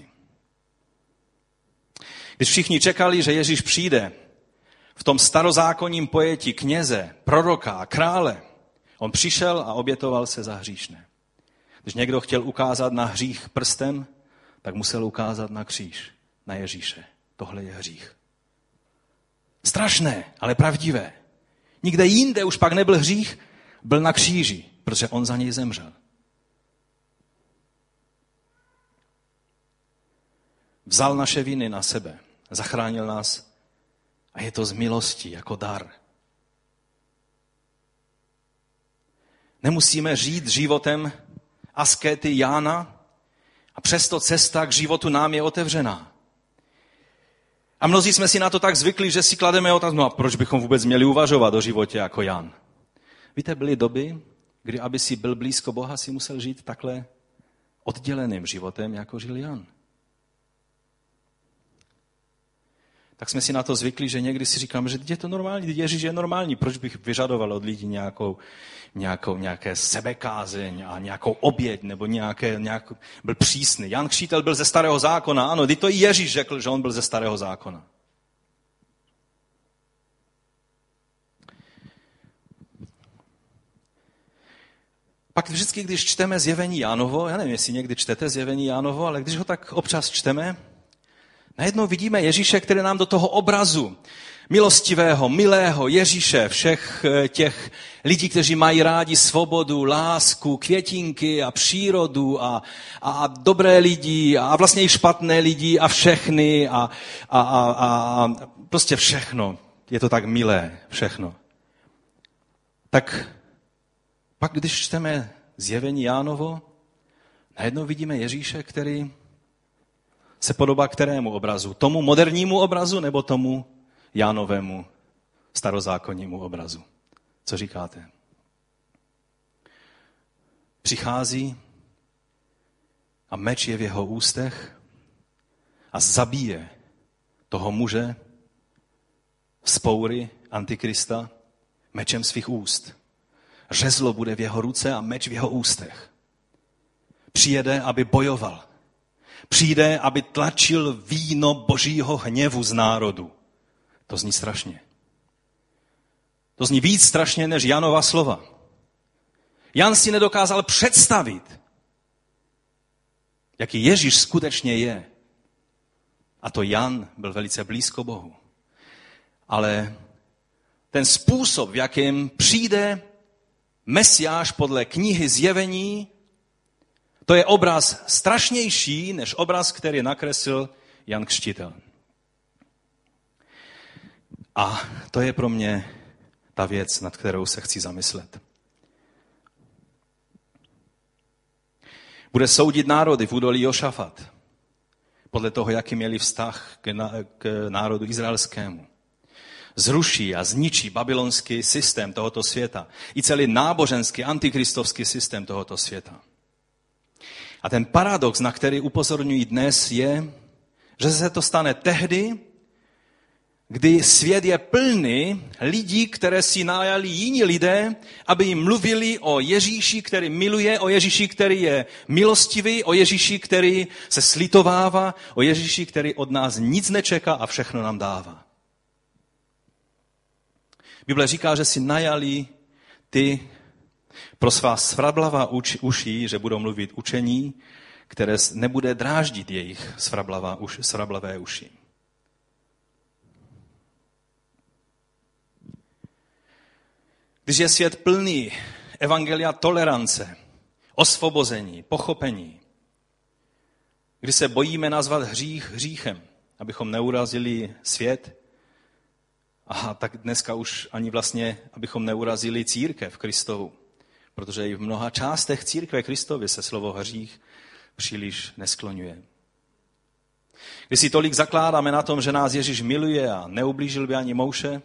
Když všichni čekali, že Ježíš přijde v tom starozákonním pojetí kněze, proroka a krále, on přišel a obětoval se za hříšné. Když někdo chtěl ukázat na hřích prstem, tak musel ukázat na kříž, na Ježíše. Tohle je hřích. Strašné, ale pravdivé. Nikde jinde už pak nebyl hřích, byl na kříži, protože on za něj zemřel. Vzal naše viny na sebe, zachránil nás a je to z milosti, jako dar. Nemusíme žít životem askéty Jána a přesto cesta k životu nám je otevřená. A mnozí jsme si na to tak zvykli, že si klademe otázku, no a proč bychom vůbec měli uvažovat o životě jako Jan? Víte, byly doby, kdy aby si byl blízko Boha, si musel žít takhle odděleným životem, jako žil Jan. Tak jsme si na to zvykli, že někdy si říkáme, že je to normální, Ježíš je normální, proč bych vyžadoval od lidí nějakou, nějakou, nějaké sebekázeň a nějakou oběť, nebo nějaké, nějak, byl přísný. Jan Křtitel byl ze starého zákona, ano, kdy to i Ježíš řekl, že on byl ze starého zákona. Pak vždycky, když čteme Zjevení Jánovo, já nevím, jestli někdy čtete Zjevení Jánovo, ale když ho tak občas čteme, najednou vidíme Ježíše, který nám do toho obrazu milostivého, milého Ježíše, všech těch lidí, kteří mají rádi svobodu, lásku, květinky a přírodu a, a, a dobré lidi a vlastně i špatné lidi a všechny a, a, a, a prostě všechno. Je to tak milé, všechno. Tak pak, když čteme Zjevení Jánovo, najednou vidíme Ježíše, který se podobá kterému obrazu? Tomu modernímu obrazu nebo tomu Jánovému starozákonnímu obrazu? Co říkáte? Přichází a meč je v jeho ústech a zabije toho muže vzpoury Antikrista mečem svých úst. Řezlo bude v jeho ruce a meč v jeho ústech. Přijede, aby bojoval. Přijde, aby tlačil víno božího hněvu z národu. To zní strašně. To zní víc strašně než Janova slova. Jan si nedokázal představit, jaký Ježíš skutečně je. A to Jan byl velice blízko Bohu. Ale ten způsob, v jakém přijde Mesiáš podle knihy Zjevení, to je obraz strašnější, než obraz, který nakreslil Jan Křtitel. A to je pro mě ta věc, nad kterou se chci zamyslet. Bude soudit národy v údolí Jošafat, podle toho, jaký měli vztah k, na, k národu izraelskému. Zruší a zničí babylonský systém tohoto světa i celý náboženský, antikristovský systém tohoto světa. A ten paradox, na který upozorňuji dnes, je, že se to stane tehdy, kdy svět je plný lidí, které si najali jiní lidé, aby jim mluvili o Ježíši, který miluje, o Ježíši, který je milostivý, o Ježíši, který se slitovává, o Ježíši, který od nás nic nečeká a všechno nám dává. Bible říká, že si najali ty pro svá svrablavá uši, že budou mluvit učení, které nebude dráždit jejich svrablavé uši. Když je svět plný evangelia tolerance, osvobození, pochopení, kdy se bojíme nazvat hřích hříchem, abychom neurazili svět, a tak dneska už ani vlastně, abychom neurazili církev Kristovu, protože i v mnoha částech církve Kristovy se slovo hřích příliš neskloňuje. Když si tolik zakládáme na tom, že nás Ježíš miluje a neublížil by ani mouše,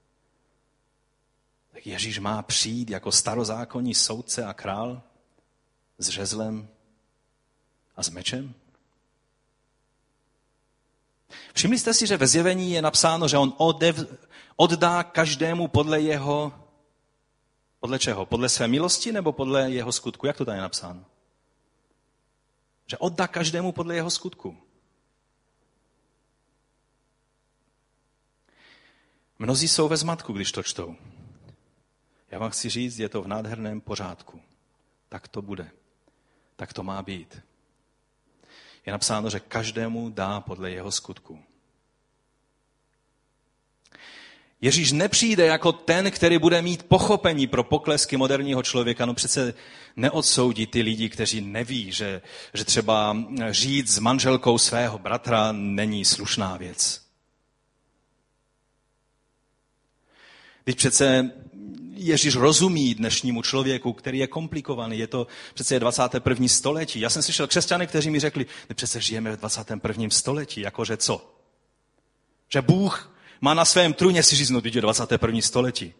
tak Ježíš má přijít jako starozákonní soudce a král s žezlem a s mečem? Všimli jste si, že ve Zjevení je napsáno, že on odev, oddá každému podle jeho, podle čeho? Podle své milosti nebo podle jeho skutku? Jak to tady je napsáno? Že oddá každému podle jeho skutku. Mnozí jsou ve zmatku, když to čtou. Já vám chci říct, je to v nádherném pořádku. Tak to bude. Tak to má být. je napsáno, že každému dá podle jeho skutku. Ježíš nepřijde jako ten, který bude mít pochopení pro poklesky moderního člověka. No přece neodsoudí ty lidi, kteří neví, že, že třeba žít s manželkou svého bratra není slušná věc. Teď přece Ježíš rozumí dnešnímu člověku, který je komplikovaný. Je to přece dvacáté první století. Já jsem slyšel křesťany, kteří mi řekli, my přece žijeme ve dvacátém prvním století. Jakože co? Že Bůh má na svém trůně si říznout, když je dvacáté první století.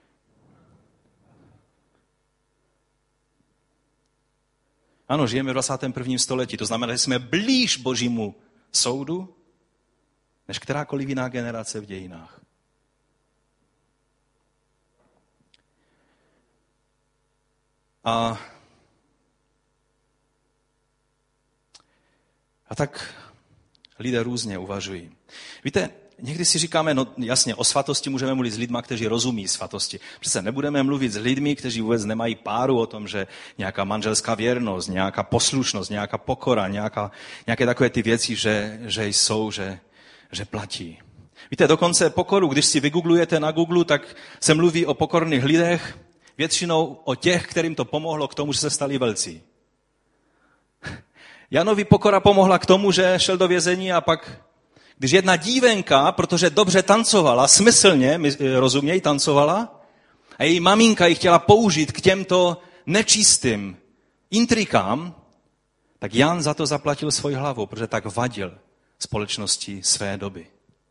Ano, žijeme v dvacátém prvním století. To znamená, že jsme blíž Božímu soudu, než kterákoliv jiná generace v dějinách. A, a tak lidé různě uvažují. Víte, někdy si říkáme, no jasně, o svatosti můžeme mluvit s lidmi, kteří rozumí svatosti. Přece nebudeme mluvit s lidmi, kteří vůbec nemají páru o tom, že nějaká manželská věrnost, nějaká poslušnost, nějaká pokora, nějaká, nějaké takové ty věci, že, že jsou, že, že platí. Víte, dokonce pokoru, když si vygooglujete na Google, tak se mluví o pokorných lidech, většinou o těch, kterým to pomohlo k tomu, že se stali velcí. Janovi pokora pomohla k tomu, že šel do vězení a pak, když jedna dívenka, protože dobře tancovala, smyslně, rozuměj, tancovala, a její maminka ji chtěla použít k těmto nečistým intrikám, tak Jan za to zaplatil svoji hlavou, protože tak vadil společnosti své doby.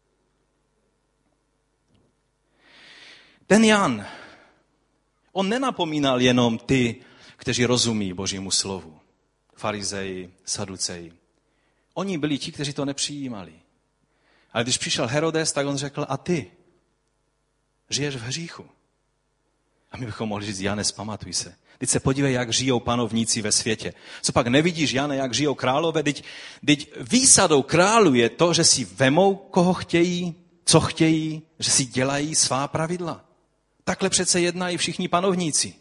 Ten Jan, on nenapomínal jenom ty, kteří rozumí Božímu slovu. Farizeji, saduceji. Oni byli ti, kteří to nepřijímali. Ale když přišel Herodes, tak on řekl, a ty žiješ v hříchu. A my bychom mohli říct, Jane, zpamatuj se. Teď se podívej, jak žijou panovníci ve světě. Co pak nevidíš, Jane, jak žijou králové? Teď, teď výsadou králu je to, že si vemou, koho chtějí, co chtějí, že si dělají svá pravidla. Takhle přece jednají všichni panovníci.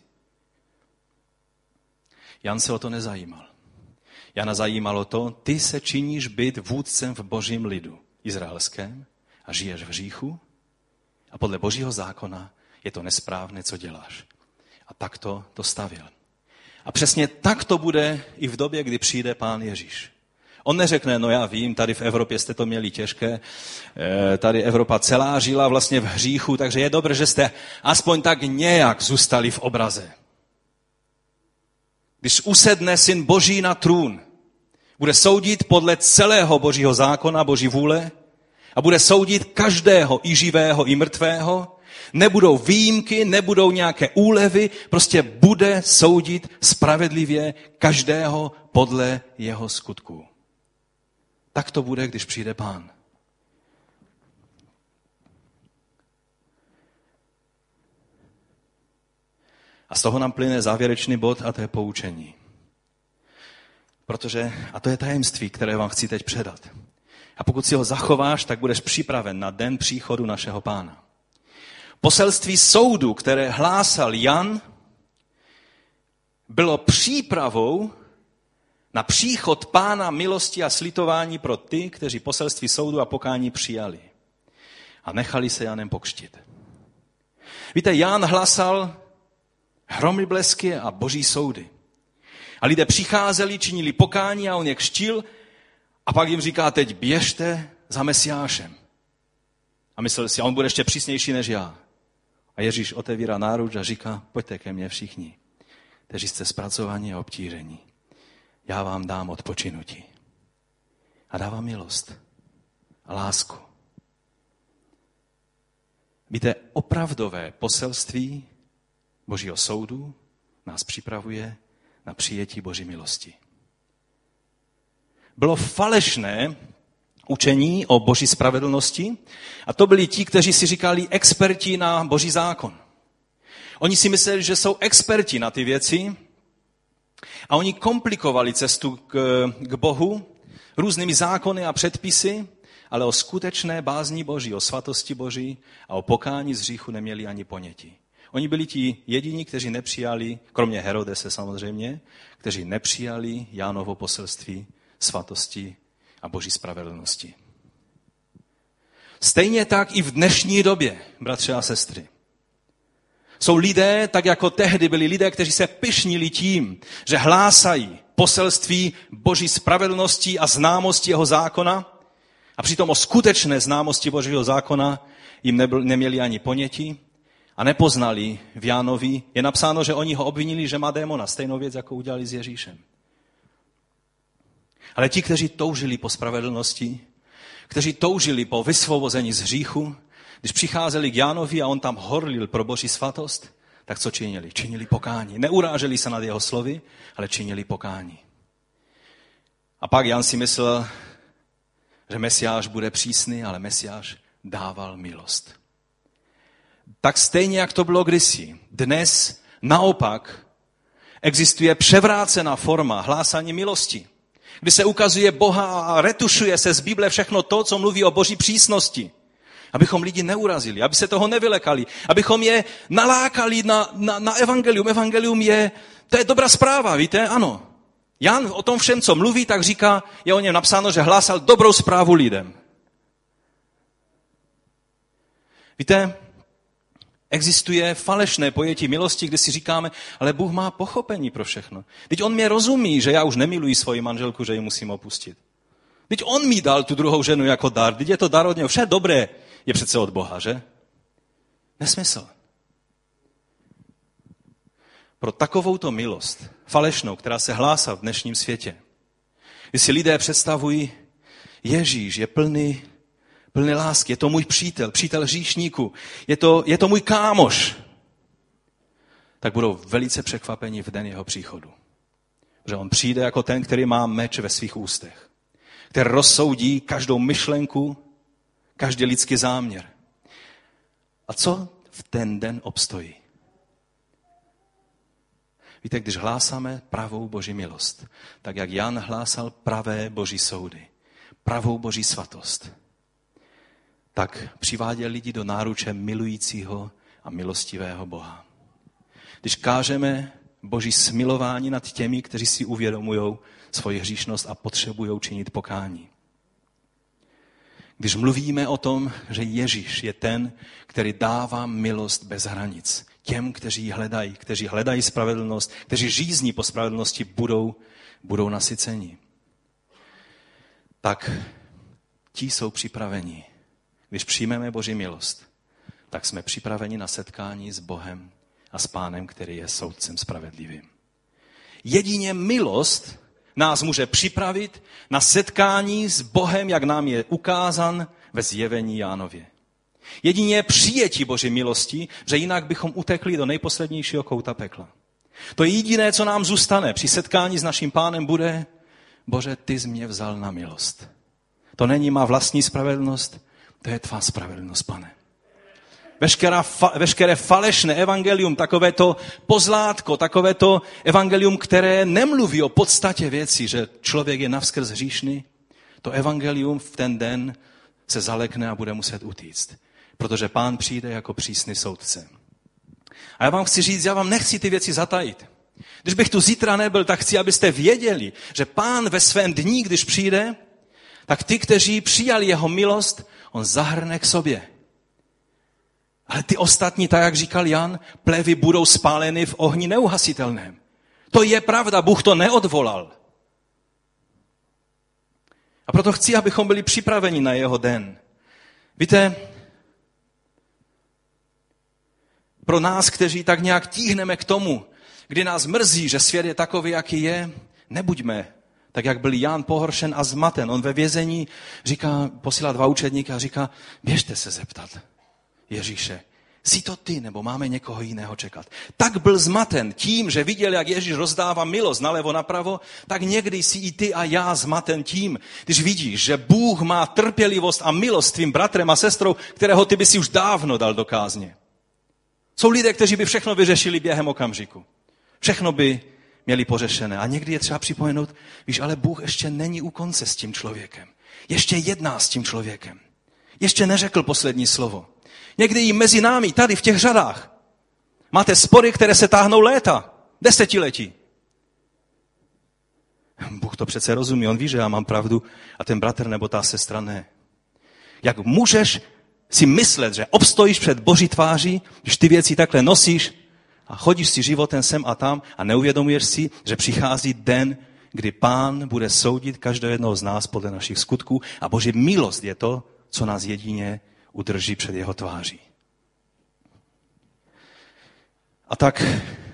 Jan se o to nezajímal. Jana zajímalo to, ty se činíš být vůdcem v Božím lidu izraelském a žiješ v hříchu a podle Božího zákona je to nesprávné, co děláš. A tak to, to stavěl. A přesně tak to bude i v době, kdy přijde Pán Ježíš. On neřekne, no já vím, tady v Evropě jste to měli těžké, tady Evropa celá žila vlastně v hříchu, takže je dobré, že jste aspoň tak nějak zůstali v obraze. Když usedne Syn Boží na trůn, bude soudit podle celého Božího zákona, Boží vůle a bude soudit každého, i živého, i mrtvého. Nebudou výjimky, nebudou nějaké úlevy, prostě bude soudit spravedlivě každého podle jeho skutků. Tak to bude, když přijde Pán. A z toho nám plyne závěrečný bod a to je poučení. Protože, a to je tajemství, které vám chci teď předat. A pokud si ho zachováš, tak budeš připraven na den příchodu našeho Pána. Poselství soudu, které hlásal Jan, bylo přípravou na příchod Pána milosti a slitování pro ty, kteří poselství soudu a pokání přijali a nechali se Janem pokřtít. Víte, Jan hlásal hromy, blesky a boží soudy. A lidé přicházeli, činili pokání a on je křtil a pak jim říká, teď běžte za Mesiášem. A myslel si, a on bude ještě přísnější než já. A Ježíš otevírá náruč a říká, pojďte ke mně všichni, kteří jste zpracovaní a obtížení. Já vám dám odpočinutí. A dávám milost a lásku. Víte, opravdové poselství Božího soudu nás připravuje na přijetí Boží milosti. Bylo falešné učení o Boží spravedlnosti a to byli ti, kteří si říkali experti na Boží zákon. Oni si mysleli, že jsou experti na ty věci a oni komplikovali cestu k, k Bohu různými zákony a předpisy, ale o skutečné bázni Boží, o svatosti Boží a o pokání z hříchu neměli ani ponětí. Oni byli ti jediní, kteří nepřijali, kromě Herodese samozřejmě, kteří nepřijali Jánovo poselství svatosti a boží spravedlnosti. Stejně tak i v dnešní době, bratři a sestry. Jsou lidé, tak jako tehdy byli lidé, kteří se pyšnili tím, že hlásají poselství boží spravedlnosti a známosti jeho zákona a přitom o skutečné známosti božího zákona jim nebyl, neměli ani ponětí a nepoznali v Jánovi. Je napsáno, že oni ho obvinili, že má démona, stejnou věc, jako udělali s Ježíšem. Ale ti, kteří toužili po spravedlnosti, kteří toužili po vysvobození z hříchu, když přicházeli k Jánovi a on tam horlil pro boží svatost, tak co činili? Činili pokání. Neuráželi se nad jeho slovy, ale činili pokání. A pak Jan si myslel, že Mesiáš bude přísný, ale Mesiáš dával milost. Tak stejně, jak to bylo kdysi, dnes naopak existuje převrácená forma hlásání milosti, kdy se ukazuje Boha a retušuje se z Bible všechno to, co mluví o boží přísnosti. Abychom lidi neurazili, aby se toho nevylekali, abychom je nalákali na, na, na evangelium. Evangelium je, to je dobrá zpráva, víte, ano. Jan o tom všem, co mluví, tak říká, je o něm napsáno, že hlásal dobrou zprávu lidem. Víte, existuje falešné pojetí milosti, kde si říkáme, ale Bůh má pochopení pro všechno. Teď on mě rozumí, že já už nemiluji svoji manželku, že ji musím opustit. Teď on mi dal tu druhou ženu jako dar, teď je to dar od něho, vše dobré je přece od Boha, že? Nesmysl. Pro takovouto milost, falešnou, která se hlásá v dnešním světě, kdy si lidé představují, Ježíš je plný, plný lásky, je to můj přítel, přítel hříšníků, je to, je to můj kámoš, tak budou velice překvapeni v den jeho příchodu. Že on přijde jako ten, který má meč ve svých ústech, který rozsoudí každou myšlenku, každý lidský záměr. A co v ten den obstojí? Víte, když hlásáme pravou boží milost, tak jak Jan hlásal pravé boží soudy, pravou boží svatost, tak přiváděl lidi do náruče milujícího a milostivého Boha. Když kážeme boží smilování nad těmi, kteří si uvědomují svoji hříšnost a potřebují činit pokání. Když mluvíme o tom, že Ježíš je ten, který dává milost bez hranic těm, kteří ji hledají, kteří hledají spravedlnost, kteří žízní po spravedlnosti, budou, budou nasyceni. Tak ti jsou připraveni. Když přijmeme boží milost, tak jsme připraveni na setkání s Bohem a s Pánem, který je soudcem spravedlivým. Jedině milost nás může připravit na setkání s Bohem, jak nám je ukázán ve zjevení Jánově. Jedině přijetí boží milosti, že jinak bychom utekli do nejposlednějšího kouta pekla. To je jediné, co nám zůstane při setkání s naším Pánem, bude: Bože, ty jsi mě vzal na milost. To není má vlastní spravedlnost, to je tvá spravedlnost, Pane. Veškerá, fa, veškeré falešné evangelium, takové to pozlátko, takové to evangelium, které nemluví o podstatě věcí, že člověk je navskrz hříšný, to evangelium v ten den se zalekne a bude muset utíct. Protože Pán přijde jako přísný soudce. A já vám chci říct, já vám nechci ty věci zatajit. Když bych tu zítra nebyl, tak chci, abyste věděli, že Pán ve svém dní, když přijde, tak ty, kteří přijali jeho milost, on zahrne k sobě. Ale ty ostatní, tak jak říkal Jan, plevy budou spáleny v ohni neuhasitelném. To je pravda, Bůh to neodvolal. A proto chci, abychom byli připraveni na jeho den. Víte, pro nás, kteří tak nějak tíhneme k tomu, kdy nás mrzí, že svět je takový, jaký je, nebuďme tak, jak byl Jan pohoršen a zmaten. On ve vězení říká, posílá dva učedníky a říká, běžte se zeptat Ježíše, jsi to ty, nebo máme někoho jiného čekat? Tak byl zmaten tím, že viděl, jak Ježíš rozdává milost nalevo napravo, tak někdy jsi i ty a já zmaten tím, když vidíš, že Bůh má trpělivost a milost tvým bratrem a sestrou, kterého ty by si už dávno dal do kázně. Jsou lidé, kteří by všechno vyřešili během okamžiku. Všechno by měli pořešené. A někdy je třeba připomenout, víš, ale Bůh ještě není u konce s tím člověkem. Ještě jedná s tím člověkem. Ještě neřekl poslední slovo. Někdy i mezi námi, tady v těch řadách, máte spory, které se táhnou léta, desetiletí. Bůh to přece rozumí, on ví, že já mám pravdu a ten bratr nebo ta sestra ne. Jak můžeš si myslet, že obstojíš před Boží tváří, když ty věci takhle nosíš a chodíš si životem sem a tam a neuvědomuješ si, že přichází den, kdy Pán bude soudit každého jednoho z nás podle našich skutků a Boží milost je to, co nás jedině udrží před jeho tváří. A tak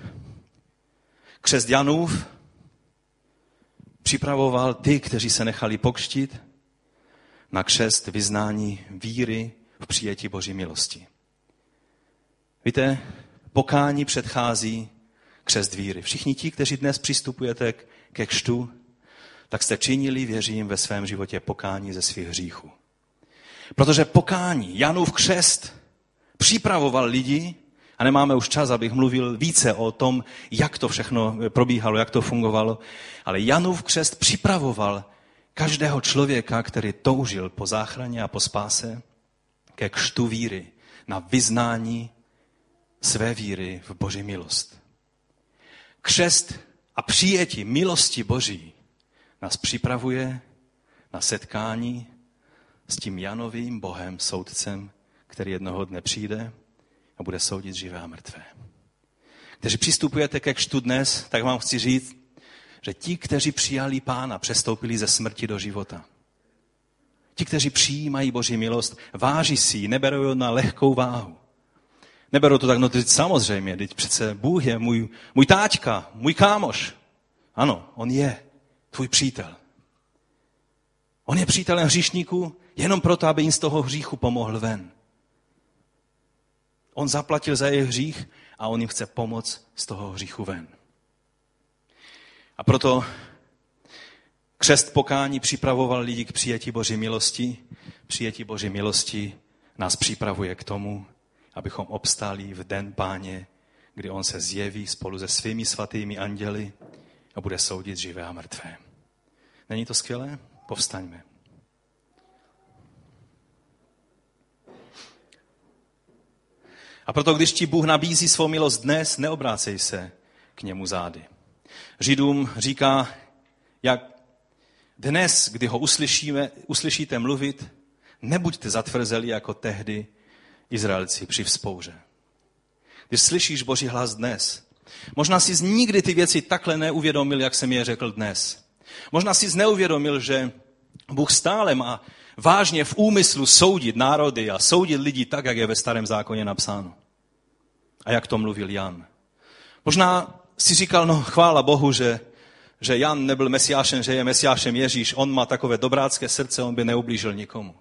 křest Janův připravoval ty, kteří se nechali pokřtít na křest vyznání víry v přijetí Boží milosti. Víte, pokání předchází křest víry. Všichni ti, kteří dnes přistupujete ke křtu, tak jste činili, věřím, ve svém životě pokání ze svých hříchů. Protože pokání, Janův křest, připravoval lidi, a nemáme už čas, abych mluvil více o tom, jak to všechno probíhalo, jak to fungovalo, ale Janův křest připravoval každého člověka, který toužil po záchraně a po spáse, ke křtu víry, na vyznání své víry v Boží milost. Křest a přijetí milosti Boží nás připravuje na setkání s tím Janovým Bohem, soudcem, který jednoho dne přijde a bude soudit živé a mrtvé. Kteří přistupujete ke křtu dnes, tak vám chci říct, že ti, kteří přijali Pána, přestoupili ze smrti do života. Ti, kteří přijímají Boží milost, váží si ji, neberou ji na lehkou váhu. Neberou to tak, no teď samozřejmě, teď přece Bůh je můj, můj táťka, můj kámoš. Ano, on je tvůj přítel. On je přítelem hříšníků jenom proto, aby jim z toho hříchu pomohl ven. On zaplatil za jejich hřích a on jim chce pomoct z toho hříchu ven. A proto křest pokání připravoval lidi k přijetí Boží milosti. Přijetí Boží milosti nás připravuje k tomu, abychom obstáli v den Páně, kdy on se zjeví spolu se svými svatými anděli a bude soudit živé a mrtvé. Není to skvělé? Povstaňme. A proto, když ti Bůh nabízí svou milost dnes, neobrácej se k němu zády. Židům říká, jak dnes, kdy ho uslyšíme, uslyšíte mluvit, nebuďte zatvrzeli jako tehdy Izraelci při vzpouře. Když slyšíš Boží hlas dnes, možná jsi nikdy ty věci takhle neuvědomil, jak jsem je řekl dnes. Možná jsi neuvědomil, že Bůh stále má vážně v úmyslu soudit národy a soudit lidi tak, jak je ve Starém zákoně napsáno. A jak to mluvil Jan. Možná si říkal, no chvála Bohu, že, že Jan nebyl mesiášem, že je mesiášem Ježíš. On má takové dobrácké srdce, on by neublížil nikomu.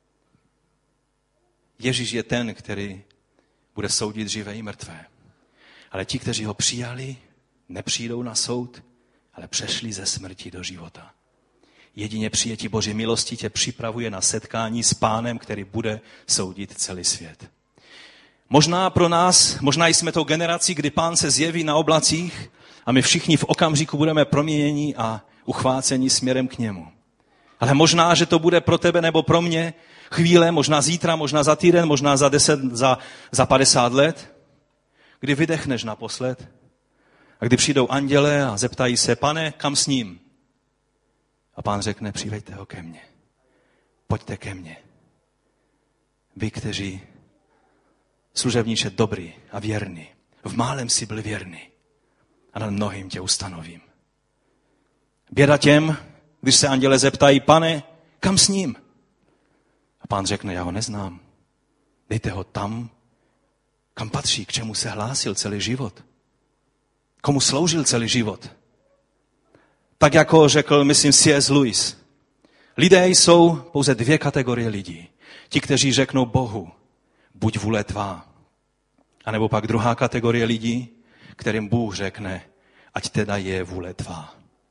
Ježíš je ten, který bude soudit živé i mrtvé. Ale ti, kteří ho přijali, nepřijdou na soud, ale přešli ze smrti do života. Jedině přijetí Boží milosti tě připravuje na setkání s Pánem, který bude soudit celý svět. Možná pro nás, možná jsme tou generací, kdy Pán se zjeví na oblacích a my všichni v okamžiku budeme proměněni a uchváceni směrem k němu. Ale možná, že to bude pro tebe nebo pro mě chvíle, možná zítra, možná za týden, možná za deset, za, za padesát let, kdy vydechneš naposled a kdy přijdou anděle a zeptají se, Pane, kam s ním? A Pán řekne, přiveďte ho ke mně. Pojďte ke mně. Vy, kteří služebníče dobrý a věrný. V málem si byl věrný. A nad mnohým tě ustanovím. Běda těm, když se anděle zeptají, Pane, kam s ním? A Pán řekne, já ho neznám. Dejte ho tam, kam patří, k čemu se hlásil celý život. Komu sloužil celý život. Tak jako řekl, myslím, C S Lewis. Lidé jsou pouze dvě kategorie lidí. Ti, kteří řeknou Bohu, buď vůle tvá. A nebo pak druhá kategorie lidí, kterým Bůh řekne, ať teda je vůle tvá.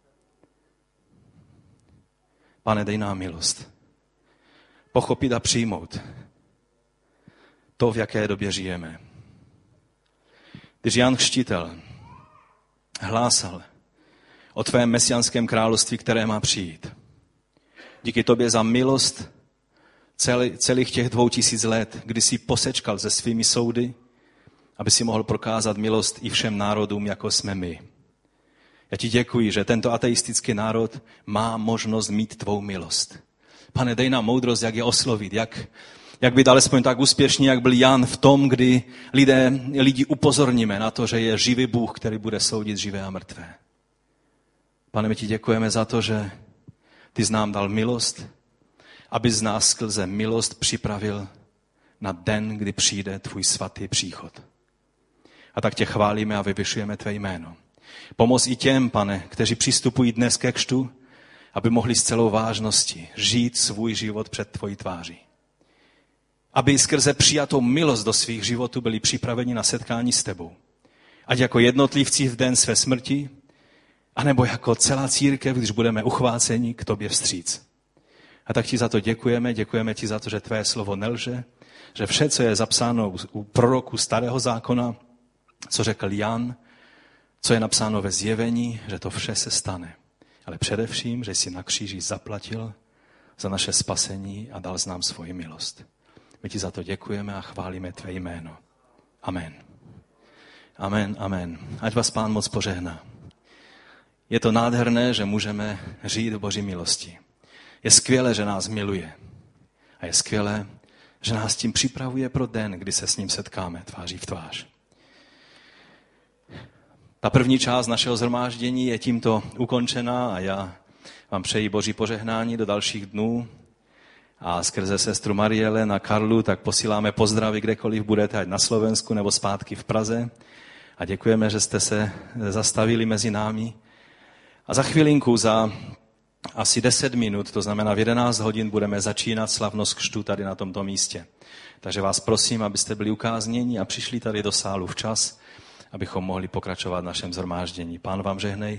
Pane, dej nám milost. Pochopit a přijmout to, v jaké době žijeme. Když Jan Křtitel hlásal o tvém mesiánském království, které má přijít. Díky tobě za milost celý, celých těch dvou tisíc let, kdy jsi posečkal se svými soudy, aby si mohl prokázat milost i všem národům, jako jsme my. Já ti děkuji, že tento ateistický národ má možnost mít tvou milost. Pane, dej nám moudrost, jak je oslovit, jak, jak být alespoň tak úspěšný, jak byl Jan v tom, kdy lidé, lidi upozorníme na to, že je živý Bůh, který bude soudit živé a mrtvé. Pane, my ti děkujeme za to, že ty jsi nám dal milost, aby z nás skrze milost připravil na den, kdy přijde tvůj svatý příchod. A tak tě chválíme a vyvyšujeme tvé jméno. Pomoz i těm, Pane, kteří přistupují dnes ke křtu, aby mohli s celou vážností žít svůj život před tvojí tváří. Aby skrze přijatou milost do svých životů byli připraveni na setkání s tebou. Ať jako jednotlivci v den své smrti, anebo jako celá církev, když budeme uchváceni k tobě vstříc. A tak ti za to děkujeme, děkujeme ti za to, že tvé slovo nelže, že vše, co je zapsáno u proroků starého zákona, co řekl Jan, co je napsáno ve zjevení, že to vše se stane. Ale především, že jsi na kříži zaplatil za naše spasení a dal nám svoji milost. My ti za to děkujeme a chválíme tvé jméno. Amen. Amen, amen. Ať vás Pán moc požehná. Je to nádherné, že můžeme žít v Boží milosti. Je skvělé, že nás miluje. A je skvělé, že nás tím připravuje pro den, kdy se s ním setkáme tváří v tvář. Ta první část našeho shromáždění je tímto ukončená a já vám přeji Boží požehnání do dalších dnů. A skrze sestru Mariele na Karlu tak posíláme pozdravy kdekoliv budete, ať na Slovensku nebo zpátky v Praze. A děkujeme, že jste se zastavili mezi námi. A za chvilinku, za asi deset minut, to znamená v jedenáct hodin, budeme začínat slavnost křtu tady na tomto místě. Takže vás prosím, abyste byli ukázněni a přišli tady do sálu včas, abychom mohli pokračovat v našem shromáždění. Pán vám žehnej.